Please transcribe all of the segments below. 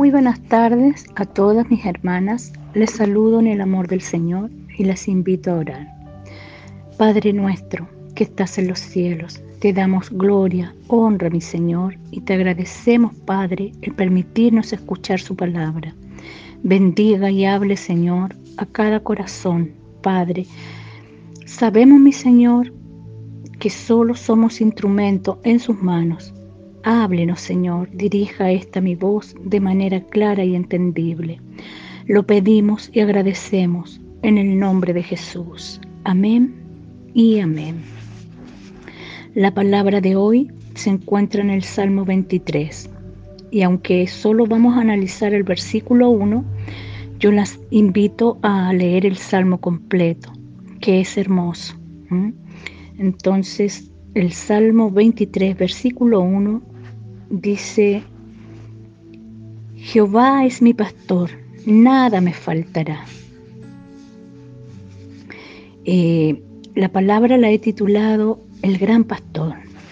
Muy buenas tardes a todas mis hermanas. Les saludo en el amor del Señor y las invito a orar. Padre nuestro que estás en los cielos, te damos gloria, honra, mi Señor, y te agradecemos, Padre, el permitirnos escuchar su palabra. Bendiga y hable, Señor, a cada corazón, Padre. Sabemos, mi Señor, que solo somos instrumento en sus manos. Háblenos, Señor, dirija esta mi voz de manera clara y entendible. Lo pedimos y agradecemos en el nombre de Jesús. Amén y amén. La palabra de hoy se encuentra en el Salmo 23. Y aunque solo vamos a analizar el versículo 1, yo las invito a leer el Salmo completo, que es hermoso. Entonces, el Salmo 23, versículo 1, dice: Jehová es mi pastor, nada me faltará. La palabra la he titulado El Gran Pastor.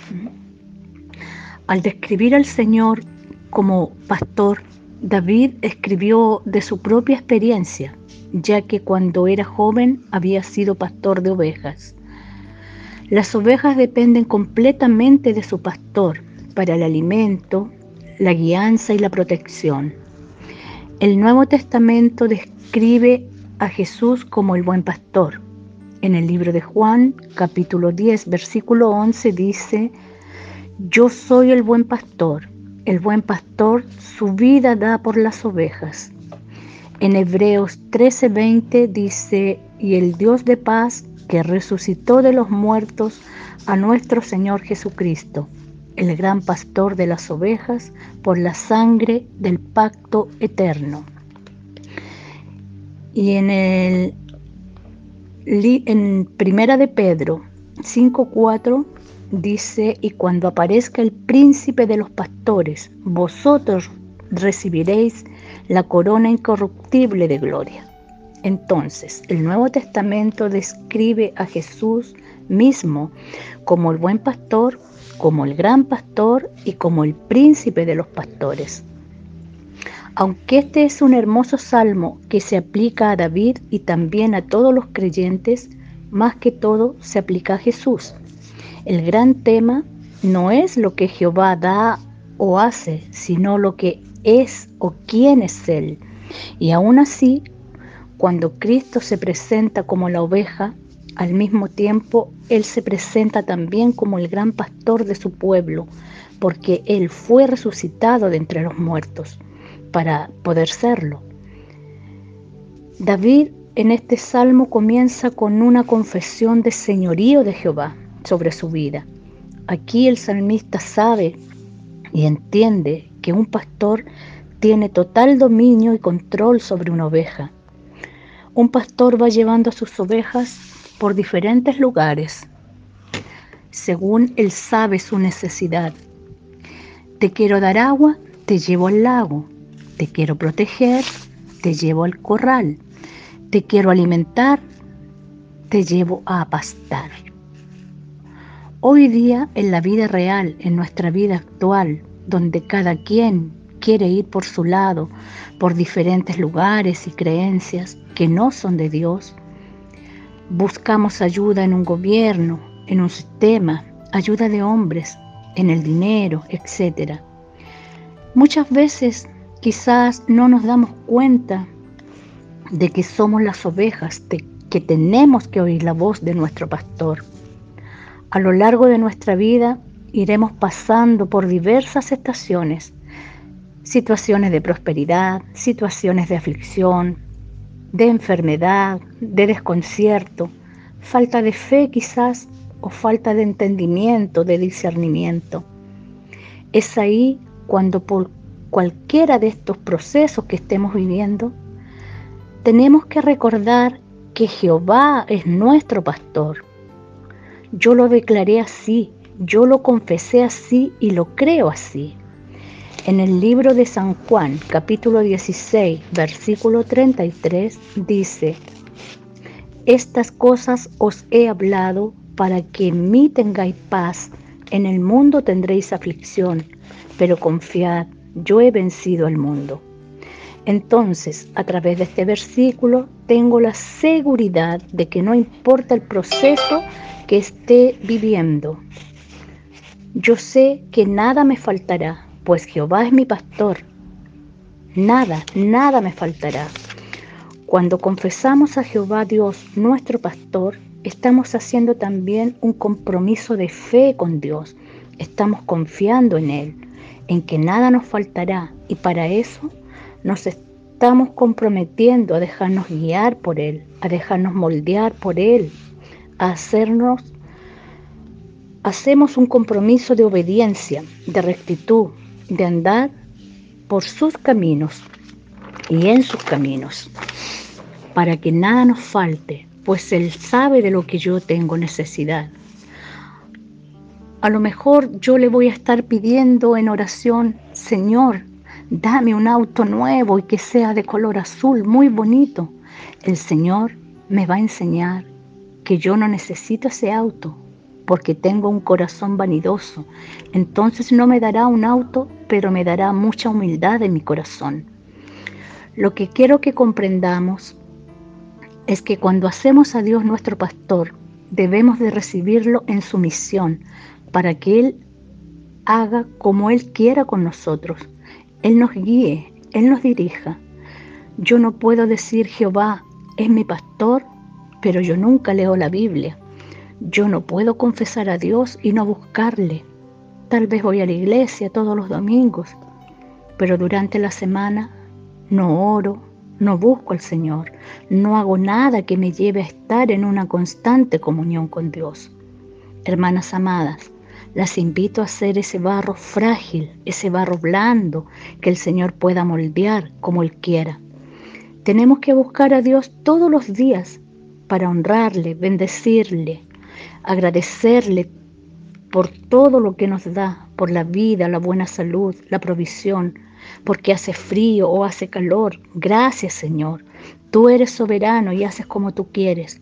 Al describir al Señor como pastor, David escribió de su propia experiencia, ya que cuando era joven había sido pastor de ovejas. Las ovejas dependen completamente de su pastor para el alimento, la guianza y la protección. El Nuevo Testamento describe a Jesús como el buen pastor. En el libro de Juan, capítulo 10, versículo 11 dice: Yo soy el buen pastor su vida da por las ovejas. En Hebreos 13:20 dice: Y el Dios de paz, que resucitó de los muertos a nuestro Señor Jesucristo, el gran pastor de las ovejas, por la sangre del pacto eterno. Y en Primera de Pedro 5:4 dice: Y cuando aparezca el príncipe de los pastores, vosotros recibiréis la corona incorruptible de gloria. Entonces, el Nuevo Testamento describe a Jesús mismo como el buen pastor, como el gran pastor y como el príncipe de los pastores. Aunque este es un hermoso salmo que se aplica a David y también a todos los creyentes, más que todo se aplica a Jesús. El gran tema no es lo que Jehová da o hace, sino lo que es o quién es Él. Y aún así, cuando Cristo se presenta como la oveja, al mismo tiempo Él se presenta también como el gran pastor de su pueblo, porque Él fue resucitado de entre los muertos para poder serlo. David en este salmo comienza con una confesión de señorío de Jehová sobre su vida. Aquí el salmista sabe y entiende que un pastor tiene total dominio y control sobre una oveja. Un pastor va llevando a sus ovejas por diferentes lugares, según él sabe su necesidad. Te quiero dar agua, te llevo al lago. Te quiero proteger, te llevo al corral. Te quiero alimentar, te llevo a pastar. Hoy día, en la vida real, en nuestra vida actual, donde cada quien quiere ir por su lado, por diferentes lugares y creencias que no son de Dios, buscamos ayuda en un gobierno, en un sistema, ayuda de hombres, en el dinero, etc. Muchas veces quizás no nos damos cuenta de que somos las ovejas, que tenemos que oír la voz de nuestro pastor. A lo largo de nuestra vida iremos pasando por diversas estaciones, situaciones de prosperidad, situaciones de aflicción, de enfermedad, de desconcierto, falta de fe quizás, o falta de entendimiento, de discernimiento. Es ahí cuando por cualquiera de estos procesos que estemos viviendo, tenemos que recordar que Jehová es nuestro pastor. Yo lo declaré así, yo lo confesé así y lo creo así. En el libro de San Juan, capítulo 16, versículo 33, dice: Estas cosas os he hablado para que en mí tengáis paz. En el mundo tendréis aflicción, pero confiad, yo he vencido al mundo. Entonces, a través de este versículo, tengo la seguridad de que no importa el proceso que esté viviendo, yo sé que nada me faltará, pues Jehová es mi pastor. Nada me faltará. Cuando confesamos a Jehová Dios, nuestro pastor, estamos haciendo también un compromiso de fe con Dios. Estamos confiando en Él, en que nada nos faltará, y para eso nos estamos comprometiendo a dejarnos guiar por Él, a dejarnos moldear por Él, hacemos un compromiso de obediencia, de rectitud, de andar por sus caminos y en sus caminos, para que nada nos falte, pues Él sabe de lo que yo tengo necesidad. A lo mejor yo le voy a estar pidiendo en oración: Señor, dame un auto nuevo y que sea de color azul, muy bonito. El Señor me va a enseñar que yo no necesito ese auto, porque tengo un corazón vanidoso. Entonces no me dará un auto, pero me dará mucha humildad en mi corazón. Lo que quiero que comprendamos es que cuando hacemos a Dios nuestro pastor, debemos de recibirlo en su misión, para que Él haga como Él quiera con nosotros. Él nos guíe, Él nos dirija. Yo no puedo decir Jehová es mi pastor, pero yo nunca leo la Biblia. Yo no puedo confesar a Dios y no buscarle. Tal vez voy a la iglesia todos los domingos, pero durante la semana no oro, no busco al Señor, no hago nada que me lleve a estar en una constante comunión con Dios. Hermanas amadas, las invito a hacer ese barro frágil, ese barro blando que el Señor pueda moldear como Él quiera. Tenemos que buscar a Dios todos los días para honrarle, bendecirle, agradecerle por todo lo que nos da, por la vida, la buena salud, la provisión, porque hace frío o hace calor. Gracias, Señor. Tú eres soberano y haces como tú quieres.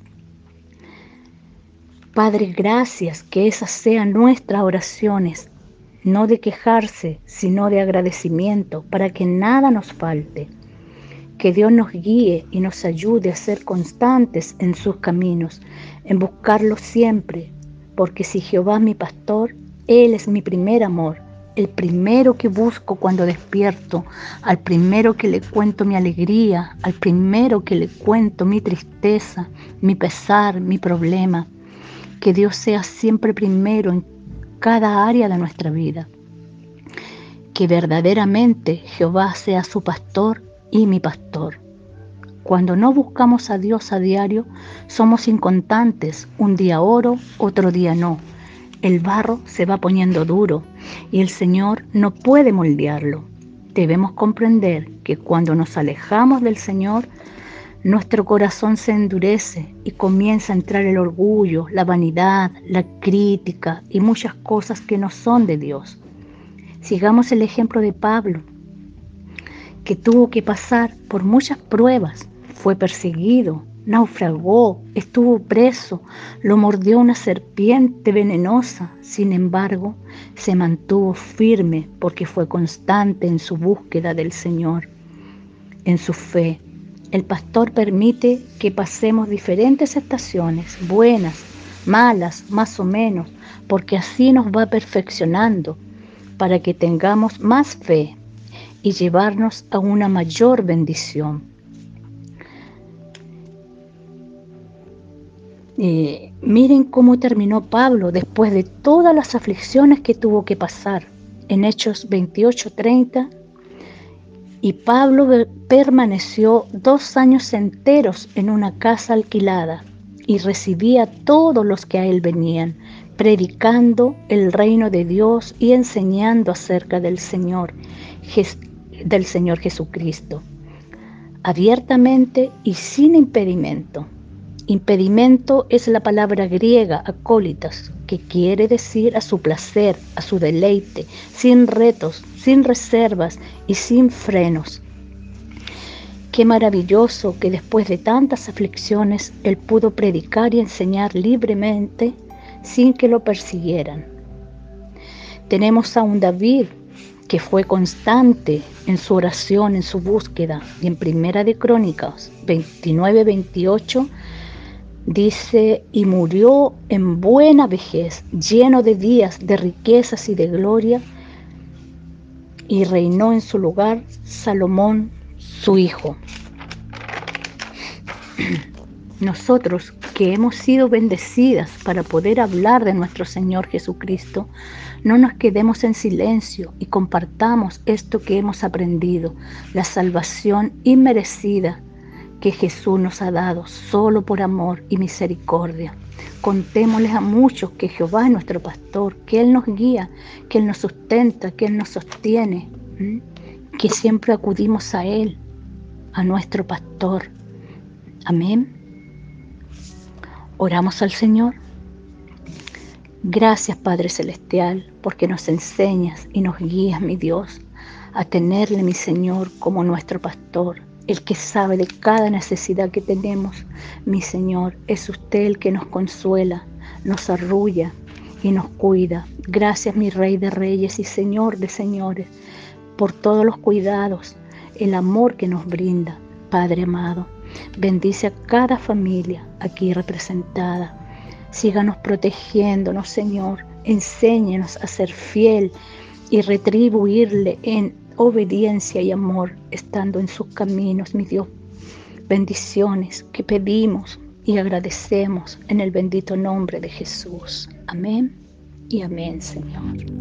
Padre, gracias, que esas sean nuestras oraciones, no de quejarse, sino de agradecimiento, para que nada nos falte. Que Dios nos guíe y nos ayude a ser constantes en sus caminos, en buscarlo siempre, porque si Jehová es mi pastor, Él es mi primer amor, el primero que busco cuando despierto, al primero que le cuento mi alegría, al primero que le cuento mi tristeza, mi pesar, mi problema. Que Dios sea siempre primero en cada área de nuestra vida. Que verdaderamente Jehová sea su pastor y mi pastor. Cuando no buscamos a Dios a diario, somos inconstantes. Un día oro, otro día no. El barro se va poniendo duro y el Señor no puede moldearlo. Debemos comprender que cuando nos alejamos del Señor, nuestro corazón se endurece y comienza a entrar el orgullo, la vanidad, la crítica y muchas cosas que no son de Dios. Sigamos el ejemplo de Pablo, que tuvo que pasar por muchas pruebas. Fue perseguido, naufragó, estuvo preso, lo mordió una serpiente venenosa. Sin embargo, se mantuvo firme porque fue constante en su búsqueda del Señor, en su fe. El pastor permite que pasemos diferentes estaciones, buenas, malas, más o menos, porque así nos va perfeccionando para que tengamos más fe y llevarnos a una mayor bendición. Miren cómo terminó Pablo después de todas las aflicciones que tuvo que pasar. En Hechos 28:30, y Pablo permaneció 2 años enteros en una casa alquilada y recibía a todos los que a él venían, predicando el reino de Dios y enseñando acerca del Señor Jesucristo, abiertamente y sin impedimento. Impedimento es la palabra griega acólitas, que quiere decir a su placer, a su deleite, sin retos, sin reservas y sin frenos. Qué maravilloso que después de tantas aflicciones él pudo predicar y enseñar libremente sin que lo persiguieran. Tenemos a un David que fue constante en su oración, en su búsqueda. Y en Primera de Crónicas 29-28 dice: y murió en buena vejez, lleno de días, de riquezas y de gloria, y reinó en su lugar Salomón, su hijo. Nosotros que hemos sido bendecidas para poder hablar de nuestro Señor Jesucristo, no nos quedemos en silencio y compartamos esto que hemos aprendido, la salvación inmerecida que Jesús nos ha dado solo por amor y misericordia. Contémosles a muchos que Jehová es nuestro pastor, que Él nos guía, que Él nos sustenta, que Él nos sostiene, que siempre acudimos a Él, a nuestro pastor. Amén. Oramos al Señor. Gracias, Padre Celestial, porque nos enseñas y nos guías, mi Dios, a tenerle, mi Señor, como nuestro pastor, el que sabe de cada necesidad que tenemos. Mi Señor, es usted el que nos consuela, nos arrulla y nos cuida. Gracias, mi Rey de Reyes y Señor de Señores, por todos los cuidados, el amor que nos brinda, Padre amado. Bendice a cada familia aquí representada. Síganos protegiéndonos, Señor. Enséñenos a ser fiel y retribuirle en obediencia y amor, estando en sus caminos, mi Dios. Bendiciones que pedimos y agradecemos en el bendito nombre de Jesús. Amén y amén, Señor.